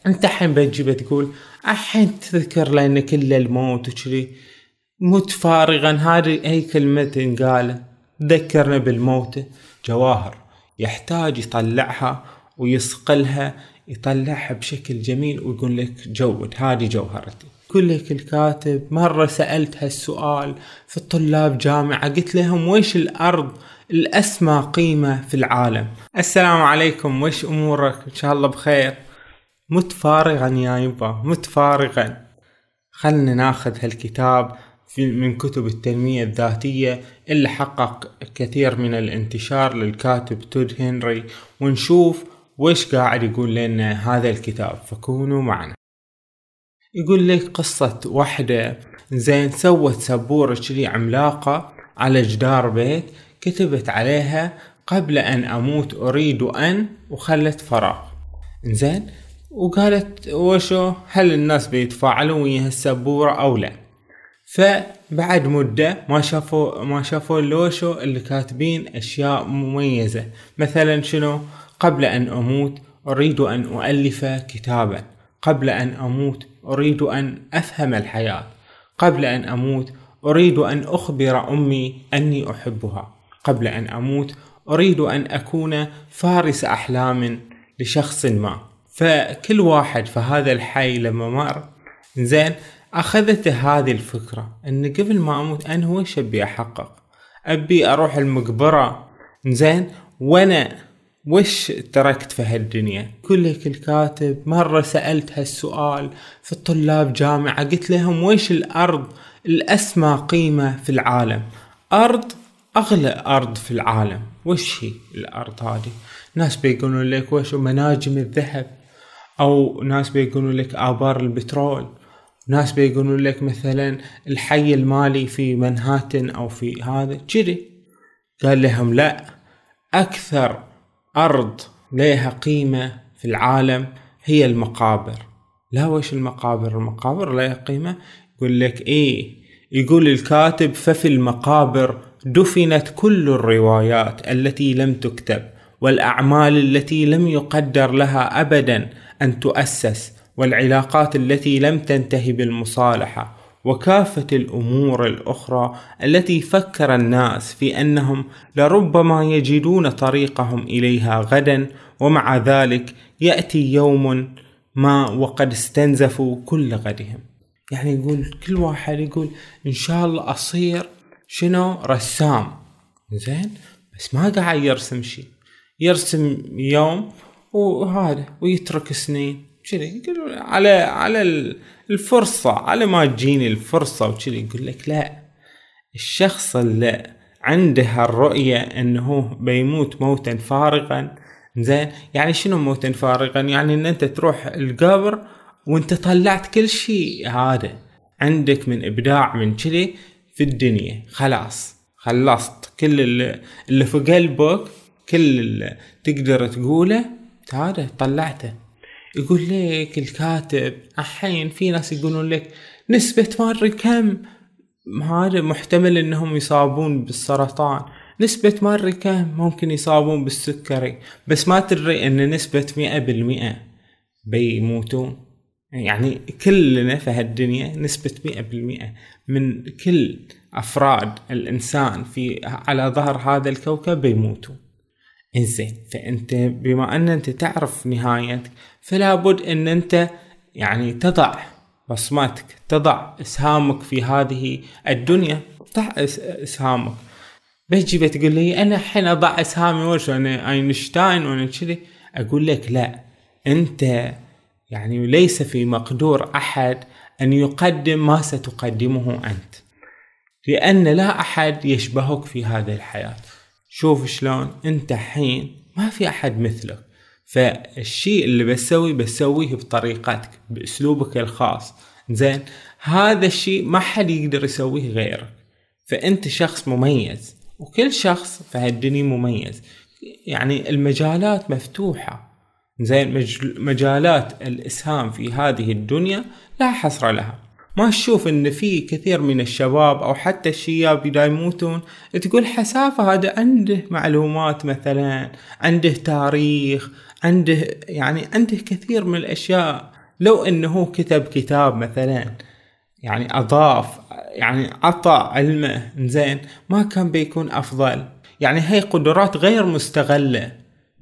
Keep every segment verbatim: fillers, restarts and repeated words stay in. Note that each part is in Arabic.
انت حين بتجي بتقول الحين تذكر لأن كل الموت وشري مت فارغا، هذه أي كلمة تنقال ذكرنا بالموت. جواهر يحتاج يطلعها ويصقلها، يطلعها بشكل جميل ويقول لك جود هذه جوهرتي. يقول لك الكاتب مرة سألت هالسؤال في الطلاب جامعة، قلت لهم ويش الأرض الأسمى قيمة في العالم؟ السلام عليكم، ويش أمورك؟ إن شاء الله بخير. مت فارغا يا يبا، مت فارغا. خلنا ناخذ هالكتاب في من كتب التنمية الذاتية اللي حقق كثير من الانتشار للكاتب تود هنري، ونشوف ويش قاعد يقول لنا هذا الكتاب، فكونوا معنا. يقول لك قصة واحدة زين سوت سبورة شري عملاقة على جدار بيت، كتبت عليها قبل أن أموت أريد أن، وخلت فراغ زين، وقالت وشو هل الناس بيتفاعلوا ويا السبورة أو لا. فبعد مدة ما شافوا ما شافوا اللوشو اللي كاتبين أشياء مميزة، مثلا شنو؟ قبل أن أموت أريد أن أؤلف كتابا، قبل أن أموت أريد أن أفهم الحياة، قبل أن أموت أريد أن أخبر أمي أني أحبها، قبل أن أموت أريد أن أكون فارس أحلام لشخص ما. فكل واحد في هذا الحي لما مر زين أخذت هذه الفكرة أن قبل ما أموت أنا هو إيش أبي أحقق؟ أبي أروح المقبرة زين وأنا وش تركت في هالدنيا؟ يقول لك الكاتب مرة سألت هالسؤال في الطلاب جامعة، قلت لهم ويش الأرض الأسمى قيمة في العالم؟ أرض أغلى أرض في العالم، وش هي الأرض هذه؟ ناس بيقولون لك وش مناجم الذهب، أو ناس بيقولون لك آبار البترول، ناس بيقولون لك مثلا الحي المالي في منهاتن أو في هذا كذي. قال لهم لا، أكثر أرض لها قيمة في العالم هي المقابر. لا وش المقابر؟ المقابر لها قيمة؟ يقول لك إيه، يقول الكاتب ففي المقابر دفنت كل الروايات التي لم تكتب، والأعمال التي لم يقدر لها أبدا أن تؤسس، والعلاقات التي لم تنتهي بالمصالحة، وكافة الأمور الأخرى التي فكر الناس في أنهم لربما يجدون طريقهم إليها غدا، ومع ذلك يأتي يوم ما وقد استنزفوا كل غدهم. يعني يقول كل واحد يقول إن شاء الله أصير شنو رسام زين، بس ما قاعد يرسم شيء، يرسم يوم وهذا ويترك سنين كذي، يقول على على الفرصة، على ما تجيني الفرصة وكذي. يقول لك لا، الشخص اللي عنده الرؤية انه بيموت موتا فارغا زين، يعني شنو موتا فارغا؟ يعني ان انت تروح القبر وانت طلعت كل شيء هذا عندك من ابداع من كذي في الدنيا، خلاص خلصت كل اللي, اللي في قلبك، كل اللي تقدر تقوله هذا طلعته. يقول لك الكاتب الحين في ناس يقولون لك نسبة مرة كم هذا محتمل انهم يصابون بالسرطان، نسبة مرة كم ممكن يصابون بالسكري، بس ما تدري ان نسبة مئة بالمئة بيموتون. يعني كلنا في هالدنيا نسبة مئة بالمئة من كل افراد الانسان في على ظهر هذا الكوكب بيموتون. إنزين، فأنت بما أن أنت تعرف نهايتك فلا بد أن أنت يعني تضع بصمتك، تضع إسهامك في هذه الدنيا، تضع إسهامك. بيجي بتقول لي أنا حين أضع إسهامي وش أنا أينشتاين وأنا كذي؟ أقول لك لا، أنت يعني ليس في مقدور أحد أن يقدم ما ستقدمه أنت، لأن لا أحد يشبهك في هذه الحياة. شوف شلون انت حين ما في احد مثلك، فالشيء اللي بسوي بسويه بطريقتك باسلوبك الخاص زين، هذا الشيء ما حد يقدر يسويه غيرك، فانت شخص مميز، وكل شخص في هالدنيا مميز. يعني المجالات مفتوحة زين، مجالات الاسهام في هذه الدنيا لا حصر لها. ما تشوف ان في كثير من الشباب او حتى الشياب اذا يموتون تقول حسافة هذا عنده معلومات، مثلا عنده تاريخ، عنده يعني عنده كثير من الاشياء لو انه هو كتب كتاب مثلا يعني اضاف يعني عطى علمه زين ما كان بيكون افضل؟ يعني هي قدرات غير مستغلة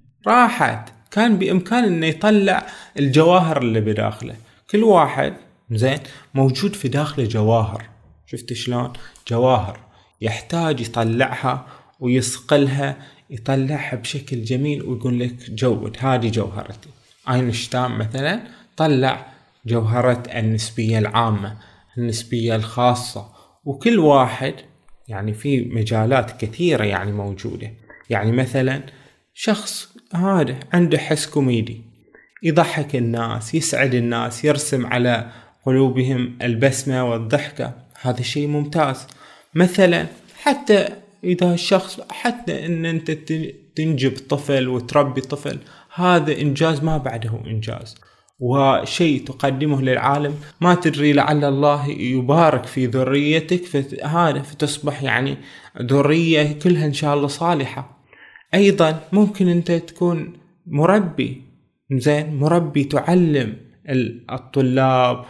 راحت، كان بامكان انه يطلع الجواهر اللي بداخله. كل واحد زين موجود في داخله جواهر، شفت شلون؟ جواهر يحتاج يطلعها ويصقلها، يطلعها بشكل جميل ويقول لك جود هذه جوهرتي. اينشتاين مثلا طلع جوهرة النسبية العامة، النسبية الخاصة، وكل واحد يعني في مجالات كثيرة يعني موجودة. يعني مثلا شخص هذا عنده حس كوميدي، يضحك الناس، يسعد الناس، يرسم على قلوبهم البسمة والضحكة، هذا شيء ممتاز. مثلا حتى إذا الشخص حتى إن أنت تنجب طفل وتربي طفل، هذا إنجاز ما بعده إنجاز، وشيء تقدمه للعالم ما تدري لعل الله يبارك في ذريتك فهذا فتصبح يعني ذرية كلها إن شاء الله صالحة. أيضا ممكن أنت تكون مربي زين، مربي تعلم الطلاب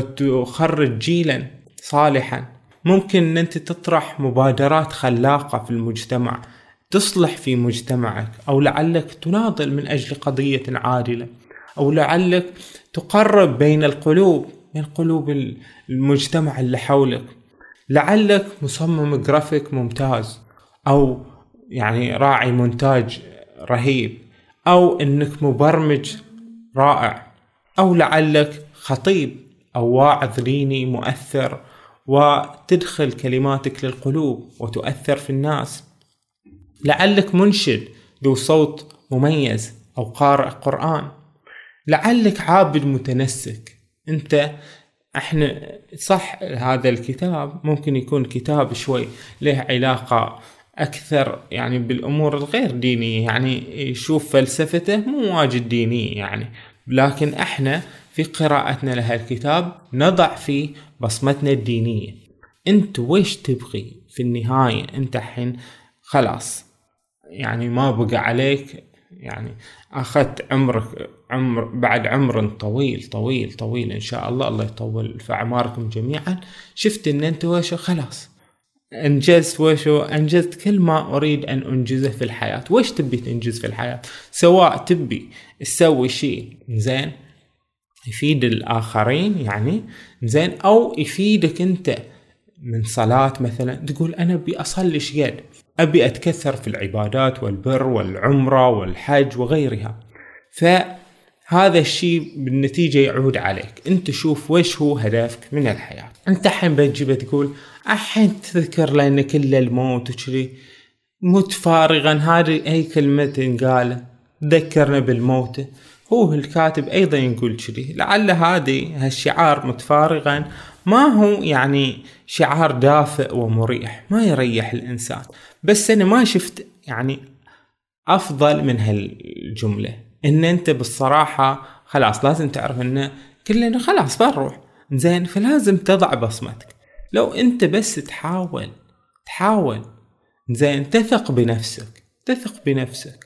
وتخرج جيلا صالحا. ممكن أن أنت تطرح مبادرات خلاقة في المجتمع تصلح في مجتمعك، أو لعلك تناضل من أجل قضية عادلة، أو لعلك تقرب بين القلوب من قلوب المجتمع اللي حولك. لعلك مصمم جرافيك ممتاز، أو يعني راعي مونتاج رهيب، أو أنك مبرمج رائع، أو لعلك خطيب أو واعظ ديني مؤثر وتدخل كلماتك للقلوب وتؤثر في الناس. لعلك منشد ذو صوت مميز أو قارئ قرآن. لعلك عابد متنسك. أنت احنا صح هذا الكتاب ممكن يكون كتاب شوي له علاقة أكثر يعني بالأمور الغير دينية، يعني يشوف فلسفته مو واجد دينية يعني، لكن احنا في قراءتنا لها الكتاب نضع فيه بصمتنا الدينية. انت ويش تبغي في النهاية؟ انت حين خلاص يعني ما بقى عليك، يعني أخذت عمرك عمر بعد عمر طويل طويل طويل إن شاء الله، الله يطول في أعماركم جميعا. شفت إن أنت وشو خلاص أنجزت، وشو أنجزت كل ما أريد أن أنجزه في الحياة. وش تبي تنجز في الحياة؟ سواء تبي تسوي شيء زين يفيد الآخرين يعني زين، أو يفيدك أنت من صلاة مثلا، تقول أنا أبي أصلي شيء، أبي أتكثر في العبادات والبر والعمرة والحج وغيرها. فهذا الشيء بالنتيجة يعود عليك أنت. شوف وش هو هدفك من الحياة. أنت حين بتجيب تقول أحين تذكر لأن كل الموت وشري مت فارغا، هذه أي كلمة تنقال ذكرنا بالموت. هو الكاتب أيضا يقول شري، لعل هذه هالشعار متفارغا ما هو يعني شعار دافئ ومريح، ما يريح الإنسان، بس أنا ما شفت يعني أفضل من هالجملة. إن أنت بالصراحة خلاص لازم تعرف إن كلنا خلاص بنروح زين، فلازم تضع بصمتك. لو أنت بس تحاول تحاول زين، تثق بنفسك تثق بنفسك.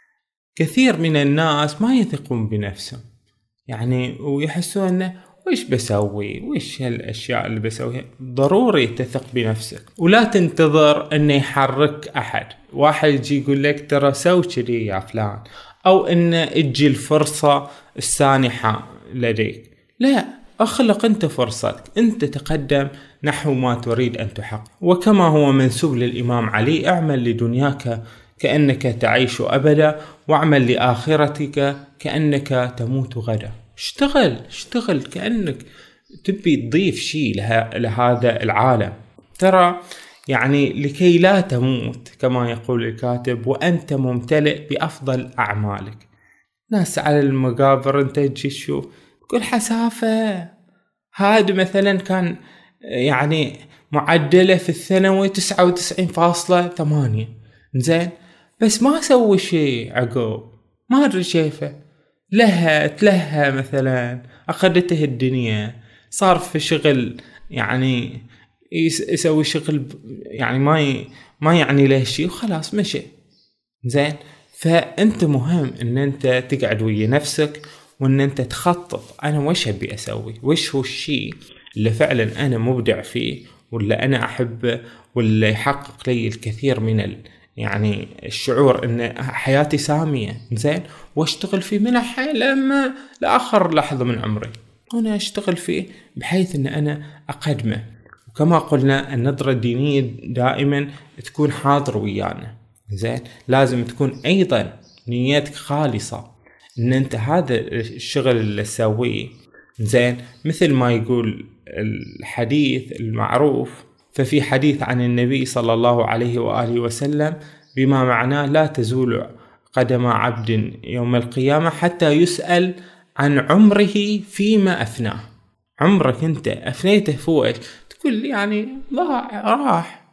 كثير من الناس ما يثقون بنفسهم يعني، ويحسون إنه ويش بسوي، ويش هالأشياء اللي بسويها. ضروري تثق بنفسك ولا تنتظر إنه يحرك أحد. واحد يجي يقول لك ترى سوي كذي يا فلان، أو إنه تجي الفرصة السانحة لديك. لا، أخلق أنت فرصتك، أنت تقدم نحو ما تريد أن تحقق. وكما هو منسوب للإمام علي، اعمل لدنياك كأنك تعيش أبدا، واعمل لآخرتك كأنك تموت غدا. اشتغل اشتغل كأنك تبي تضيف شيء لها لهذا العالم. ترى يعني لكي لا تموت كما يقول الكاتب وأنت ممتلئ بأفضل أعمالك. ناس على المقابر انت تجي شو كل حسافة. هذا مثلا كان يعني معدله في الثانوي تسعة وتسعين فاصلة ثمانية زين، بس ما سوي شيء عقب، ما أدري شايفه لها تلها مثلا، أخذته الدنيا، صار في شغل يعني يسوي شغل يعني ما ي... ما يعني له شيء وخلاص مشي زين. فأنت مهم إن أنت تقعد ويا نفسك وان انت تخطط انا وش ابي اسوي، وش هو الشيء اللي فعلا انا مبدع فيه ولا انا احبه ولا يحقق لي الكثير من ال يعني الشعور ان حياتي سامية. زين، واشتغل فيه من الحين لما لاخر لحظة من عمري، انا اشتغل فيه بحيث ان انا اقدمه. وكما قلنا النظرة الدينية دائما تكون حاضر ويانا. زين، لازم تكون ايضا نيتك خالصة ان انت هذا الشغل اللي تسويه. زين، مثل ما يقول الحديث المعروف، ففي حديث عن النبي صلى الله عليه وآله وسلم بما معناه لا تزول قدم عبد يوم القيامة حتى يسأل عن عمره فيما أفناه. عمرك انت أفنيته فوق تقول يعني ضاع راح،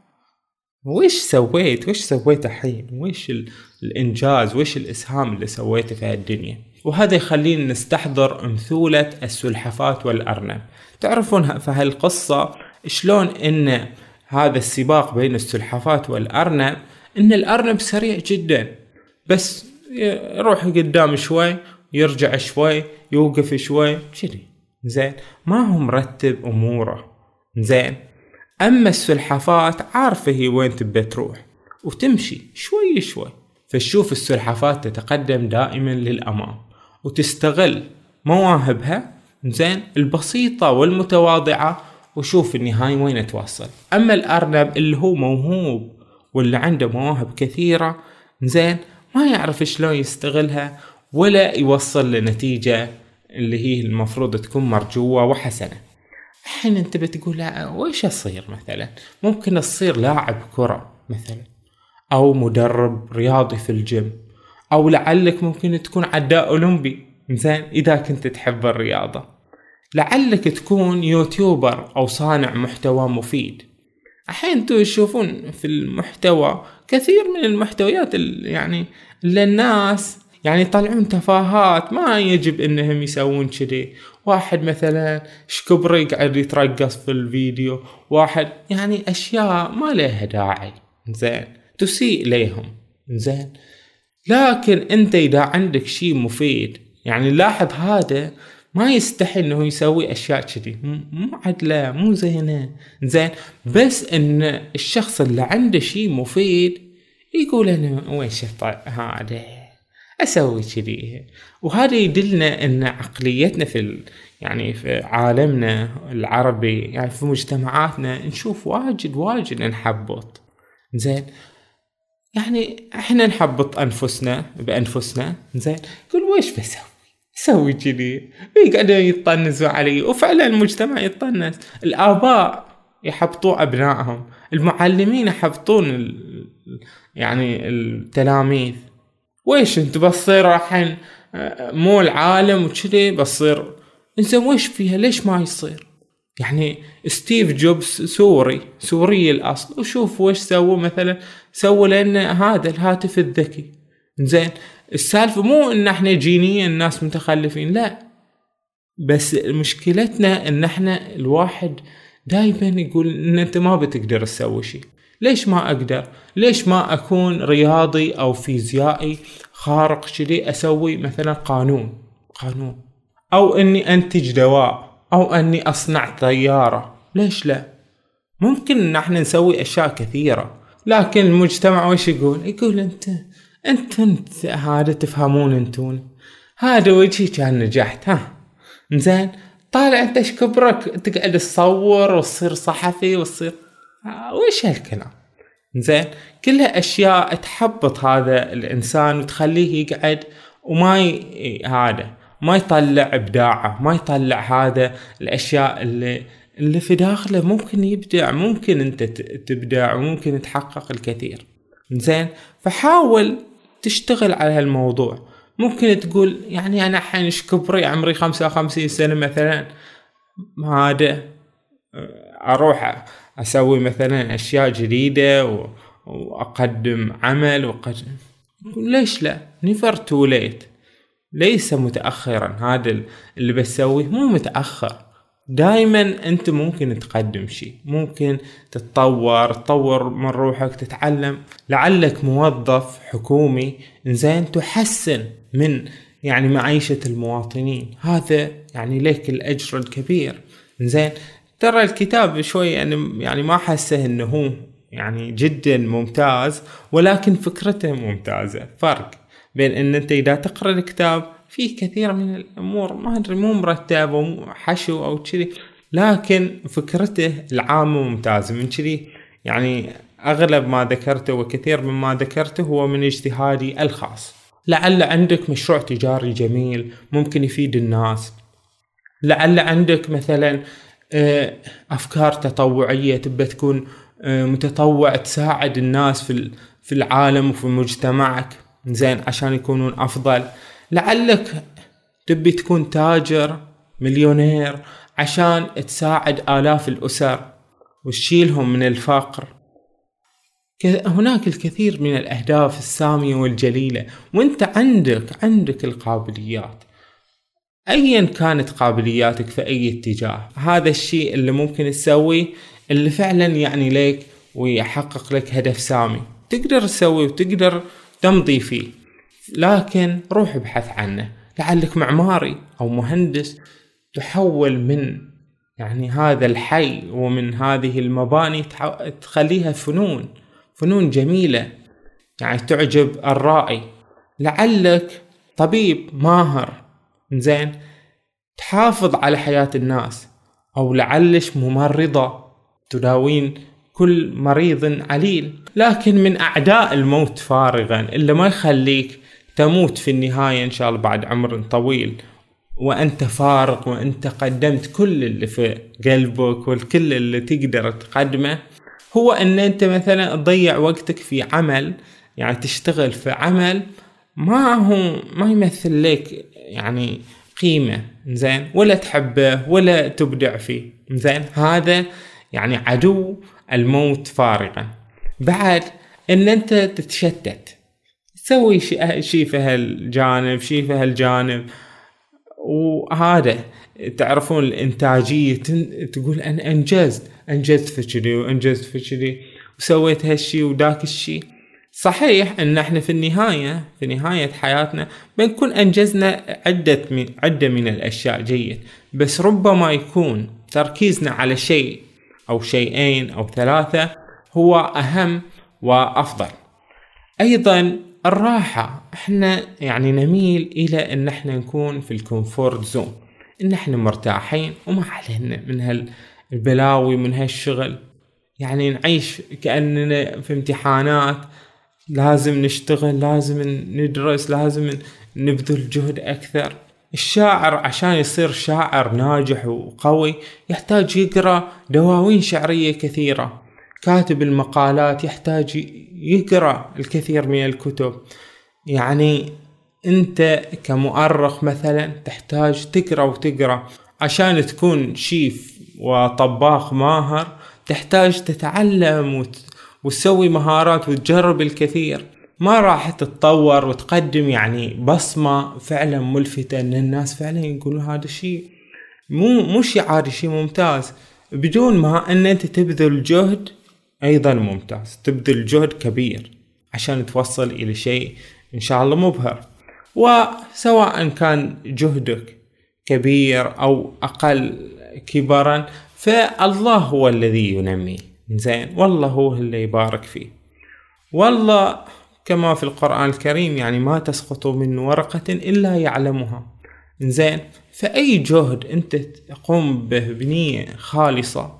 وش سويت، وش سويت الحين، وش الإنجاز، وش الإسهام اللي سويته في هالدنيا. وهذا يخلينا نستحضر مثولة السلحفاة والأرنب. تعرفون في هالقصة شلون إن هذا السباق بين السلحفاة والأرنب، إن الأرنب سريع جدا، بس يروح قدام شوي يرجع شوي يوقف شوي كذي. زين، ما هو مرتب أموره. زين، أما السلحفاة عارفة هي وين تبي تروح وتمشي شوي شوي. فشوف السلحفاة تتقدم دائما للأمام وتستغل مواهبها زين البسيطة والمتواضعة، وشوف النهاية وين توصل. أما الأرنب اللي هو موهوب واللي عنده مواهب كثيرة زين ما يعرف شلون يستغلها ولا يوصل لنتيجة اللي هي المفروض تكون مرجوة وحسنة. الحين انت بتقول لا ويش أصير؟ مثلا ممكن أصير لاعب كرة مثلا، أو مدرب رياضي في الجيم، أو لعلك ممكن تكون عداء أولمبي زين إذا كنت تحب الرياضة. لعلك تكون يوتيوبر أو صانع محتوى مفيد. الحين تشوفون في المحتوى كثير من المحتويات اللي يعني اللي الناس يعني يطلعون تفاهات ما يجب انهم يسوون كذي. واحد مثلا شكبري قاعد يترقص في الفيديو، واحد يعني اشياء ما لها داعي زين تسيء ليهم. زين، لكن انت اذا عندك شيء مفيد يعني لاحظ هذا ما يستحي انه يسوي اشياء كذي مو عدلة مو زينة. زين، بس ان الشخص اللي عنده شيء مفيد يقول انا وين شفت هذا اسوي كذي. وهذا يدلنا ان عقليتنا في ال... يعني في عالمنا العربي يعني في مجتمعاتنا نشوف واجد واجد نحبط. زين، يعني احنا نحبط انفسنا بانفسنا. زين، قل ويش بسوي سوي كذي، يقعدوا يطنزوا علي. وفعلا المجتمع يطنز، الآباء يحبطوا أبنائهم، المعلمين يحبطون ال... يعني التلاميذ. ويش انت بصير راحين مو العالم وكذي بصير انزين ويش فيها ليش ما يصير؟ يعني ستيف جوبز سوري سوري الأصل، وشوف ويش سووا مثلا، سووا لنا هذا الهاتف الذكي. زين، السالفة مو ان احنا جينيا الناس متخلفين، لا، بس مشكلتنا ان احنا الواحد دايما يقول ان انت ما بتقدر تسوي شيء. ليش ما اقدر؟ ليش ما اكون رياضي او فيزيائي خارق شدي اسوي مثلا قانون قانون او اني انتج دواء او اني اصنع طيارة؟ ليش لا؟ ممكن ان احنا نسوي اشياء كثيرة. لكن المجتمع وش يقول؟ يقول انت انت انت هذا تفهمون انتون هذا وجهي كان نجحت. ها زين، طالع انت ايش كبرك تقعد تصور وتصير صحفي وتصير وش هالكلام؟ زين، كلها اشياء تحبط هذا الانسان وتخليه يقعد وما ي... هذا ما يطلع ابداعه، ما يطلع هذا الاشياء اللي اللي في داخله. ممكن يبدع، ممكن انت تبدع وممكن تحقق الكثير. زين، فحاول تشتغل على هالموضوع. ممكن تقول يعني انا الحين ايش كبري عمري خمسة وخمسين سنة مثلا، هذا اروح اسوي مثلا اشياء جديدة و... واقدم عمل وقدم. ليش لا؟ never too late، ليس متأخرا. هذا اللي بسويه مو متأخر. دائما انت ممكن تقدم شيء، ممكن تتطور تطور من روحك، تتعلم. لعلك موظف حكومي زين تحسن من يعني معيشة المواطنين. هذا يعني لك الأجر الكبير. زين، ترى الكتاب شوي يعني, يعني ما حسه انه هو يعني جدا ممتاز، ولكن فكرته ممتازة. فرق بين ان انت اذا تقرأ الكتاب فيه كثير من الامور ما ادري مو مرتب او حشو او كذي، لكن فكرته العامة ممتازة. من كذي يعني اغلب ما ذكرته وكثير مما ذكرته هو من اجتهادي الخاص. لعل عندك مشروع تجاري جميل ممكن يفيد الناس، لعل عندك مثلا افكار تطوعية تبى تكون متطوع تساعد الناس في في العالم وفي مجتمعك، زين، عشان يكونون افضل. لعلك تبي تكون تاجر مليونير عشان تساعد آلاف الأسر وتشيلهم من الفقر. هناك الكثير من الأهداف السامية والجليلة، وانت عندك عندك القابليات ايا كانت قابلياتك في اي اتجاه. هذا الشيء اللي ممكن تسويه اللي فعلا يعني لك ويحقق لك هدف سامي، تقدر تسويه وتقدر تمضي فيه. لكن روح ابحث عنه. لعلك معماري او مهندس، تحول من يعني هذا الحي ومن هذه المباني تخليها فنون فنون جميلة يعني تعجب الرائي. لعلك طبيب ماهر، زين، تحافظ على حياة الناس، او لعلش ممرضة تداوين كل مريض عليل. لكن من اعداء الموت فارغا اللي ما يخليك تموت في النهاية ان شاء الله بعد عمر طويل وانت فارغ وانت قدمت كل اللي في قلبك والكل اللي تقدر تقدمه، هو ان انت مثلا تضيع وقتك في عمل، يعني تشتغل في عمل ما هو ما يمثل لك يعني قيمة، زين، ولا تحبه ولا تبدع فيه. زين، هذا يعني عدو الموت فارغا. بعد ان انت تتشتت، تسوي شيء في هالجانب شيء في هالجانب، وهذا تعرفون الانتاجية، تقول انا انجزت انجزت في كذي وانجزت في كذي وسويت هالشي وداك الشي. صحيح ان احنا في النهاية في نهاية حياتنا بنكون انجزنا عدة من عدة من الاشياء جيد، بس ربما يكون تركيزنا على شيء او شيئين او ثلاثة هو اهم وافضل. ايضا الراحة، احنا يعني نميل الى ان احنا نكون في الكومفورت زون، ان احنا مرتاحين وما علينا من هالبلاوي من هالشغل، يعني نعيش كأننا في امتحانات، لازم نشتغل لازم ندرس لازم نبذل جهد اكثر. الشاعر عشان يصير شاعر ناجح وقوي يحتاج يقرأ دواوين شعرية كثيرة، كاتب المقالات يحتاج يقرأ الكثير من الكتب. يعني انت كمؤرخ مثلا تحتاج تقرأ وتقرأ. عشان تكون شيف وطباخ ماهر تحتاج تتعلم وت... وتسوي مهارات وتجرب الكثير. ما راح تتطور وتقدم يعني بصمة فعلا ملفتة ان الناس فعلا يقولوا هذا الشيء مو مو شيء عادي، شيء ممتاز، بدون ما ان انت تبذل جهد ايضا ممتاز، تبذل جهد كبير عشان توصل الى شيء ان شاء الله مبهر. وسواء كان جهدك كبير او اقل كبرا فالله هو الذي ينمي، زين، والله هو اللي يبارك فيه. والله كما في القرآن الكريم يعني ما تسقط من ورقة إلا يعلمها، زين. فأي جهد أنت تقوم به بنية خالصة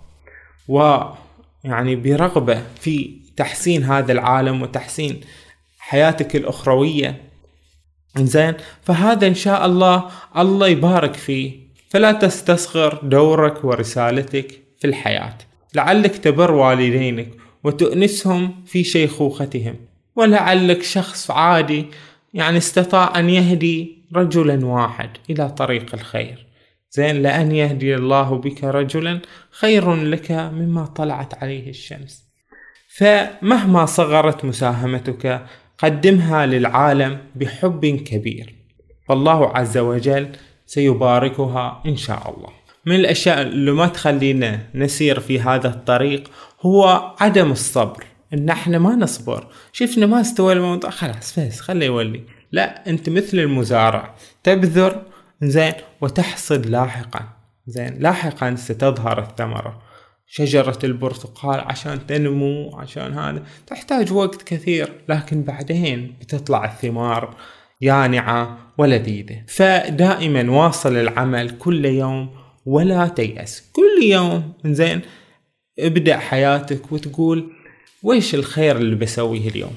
ويعني برغبة في تحسين هذا العالم وتحسين حياتك الأخروية، زين، فهذا إن شاء الله الله يبارك فيه. فلا تستصغر دورك ورسالتك في الحياة. لعلك تبر والدينك وتؤنسهم في شيخوختهم، ولعلك شخص عادي يعني استطاع أن يهدي رجلا واحد إلى طريق الخير، زين، لأن يهدي الله بك رجلا خير لك مما طلعت عليه الشمس. فمهما صغرت مساهمتك قدمها للعالم بحب كبير، فالله عز وجل سيباركها إن شاء الله. من الأشياء اللي ما تخلينا نسير في هذا الطريق هو عدم الصبر، إن احنا ما نصبر. شفنا ما استوى الموضوع خلاص فاس خلي يولي، لا، انت مثل المزارع تبذر زين وتحصد لاحقا. زين لاحقا ستظهر الثمرة. شجرة البرتقال عشان تنمو عشان هذا تحتاج وقت كثير، لكن بعدين بتطلع الثمار يانعة ولذيذة. فدائما واصل العمل كل يوم ولا تيأس. كل يوم زين ابدأ حياتك وتقول ويش الخير اللي بسويه اليوم،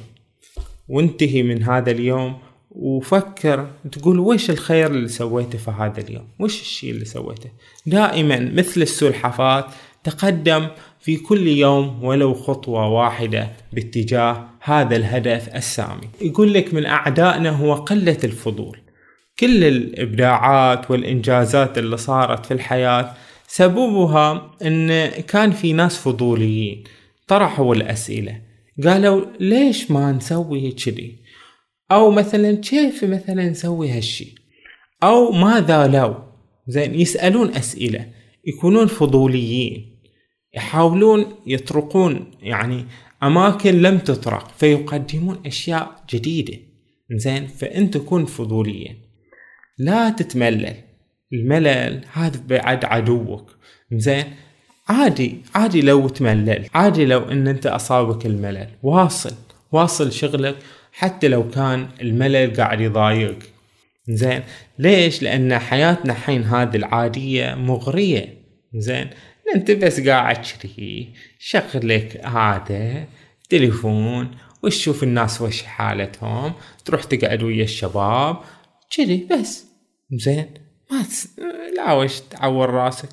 وانتهي من هذا اليوم وفكر تقول ويش الخير اللي سويته في هذا اليوم، ويش الشيء اللي سويته. دائما مثل السلحفاة تقدم في كل يوم ولو خطوة واحدة باتجاه هذا الهدف السامي. يقول لك من أعدائنا هو قلة الفضول. كل الإبداعات والإنجازات اللي صارت في الحياة سببها أن كان في ناس فضوليين طرحوا الأسئلة، قالوا ليش ما نسوي كذي، أو مثلا كيف مثلا نسوي هالشي، أو ماذا لو. زين يسألون أسئلة، يكونون فضوليين، يحاولون يطرقون يعني أماكن لم تطرق، فيقدمون أشياء جديدة. زين فأنت كن فضوليا، لا تتملل. الملل هذا بعد عدوك. زين عادي عادي لو تملل، عادي لو ان انت اصابك الملل، واصل واصل شغلك حتى لو كان الملل قاعد يضايق. زين ليش؟ لان حياتنا حين هذه العادية مغرية. زين انت بس قاعد شري شغلك هذا تليفون وتشوف الناس وش حالتهم، تروح تقعد ويا الشباب شري بس. زين ما تس... لا وش تعور راسك.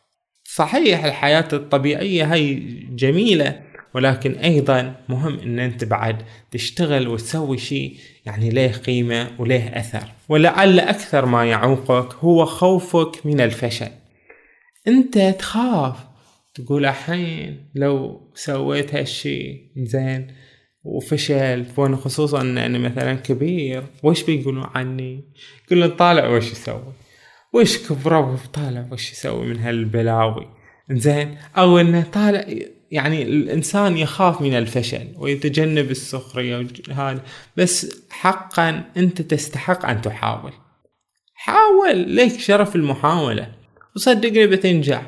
صحيح الحياة الطبيعية هي جميلة، ولكن أيضا مهم أن أنت بعد تشتغل وتسوي شيء يعني له قيمة وله أثر. ولعل أكثر ما يعوقك هو خوفك من الفشل. أنت تخاف تقول الحين لو سويت هالشيء زين وفشل، وانا خصوصا ان انا مثلا كبير وش بيقولوا عني، كله طالع وش يسوي، وش كبره طالع وش يسوي من هالبلاوي. زين او انه طالع يعني الانسان يخاف من الفشل ويتجنب السخرية هذا. بس حقا انت تستحق ان تحاول. حاول، ليك شرف المحاولة، وصدقني بتنجح،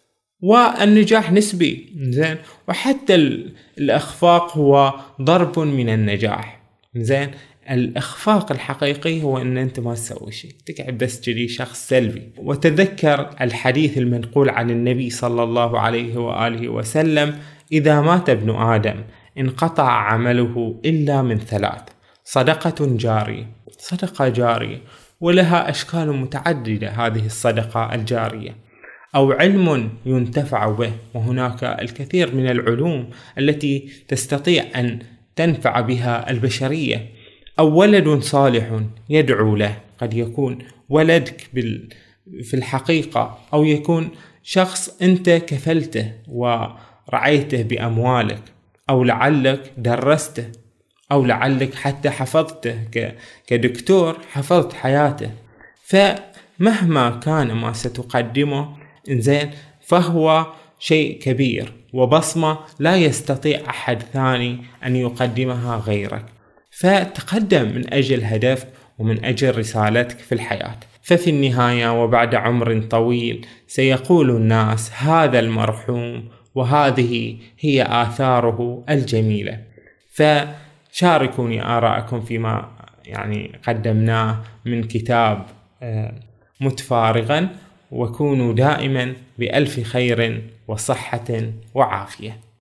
والنجاح نسبي. زين وحتى الإخفاق هو ضرب من النجاح. زين الإخفاق الحقيقي هو أن أنت ما تسوي شيء، تقعد بس جري شخص سلبي. وتذكر الحديث المنقول عن النبي صلى الله عليه وآله وسلم: إذا مات ابن آدم انقطع عمله إلا من ثلاث: صدقة جارية. صدقة جارية ولها أشكال متعددة هذه الصدقة الجارية، أو علم ينتفع به، وهناك الكثير من العلوم التي تستطيع أن تنفع بها البشرية، أو ولد صالح يدعو له. قد يكون ولدك بال... في الحقيقة، أو يكون شخص أنت كفلته ورعيته بأموالك، أو لعلك درسته، أو لعلك حتى حفظته ك... كدكتور حفظت حياته. فمهما كان ما ستقدمه إنزين فهو شيء كبير وبصمة لا يستطيع أحد ثاني أن يقدمها غيرك. فتقدم من أجل هدفك ومن أجل رسالتك في الحياة. ففي النهاية وبعد عمر طويل سيقول الناس: هذا المرحوم، وهذه هي آثاره الجميلة. فشاركوني آراءكم فيما يعني قدمناه من كتاب مت فارغا، وكونوا دائما بألف خير وصحة وعافية.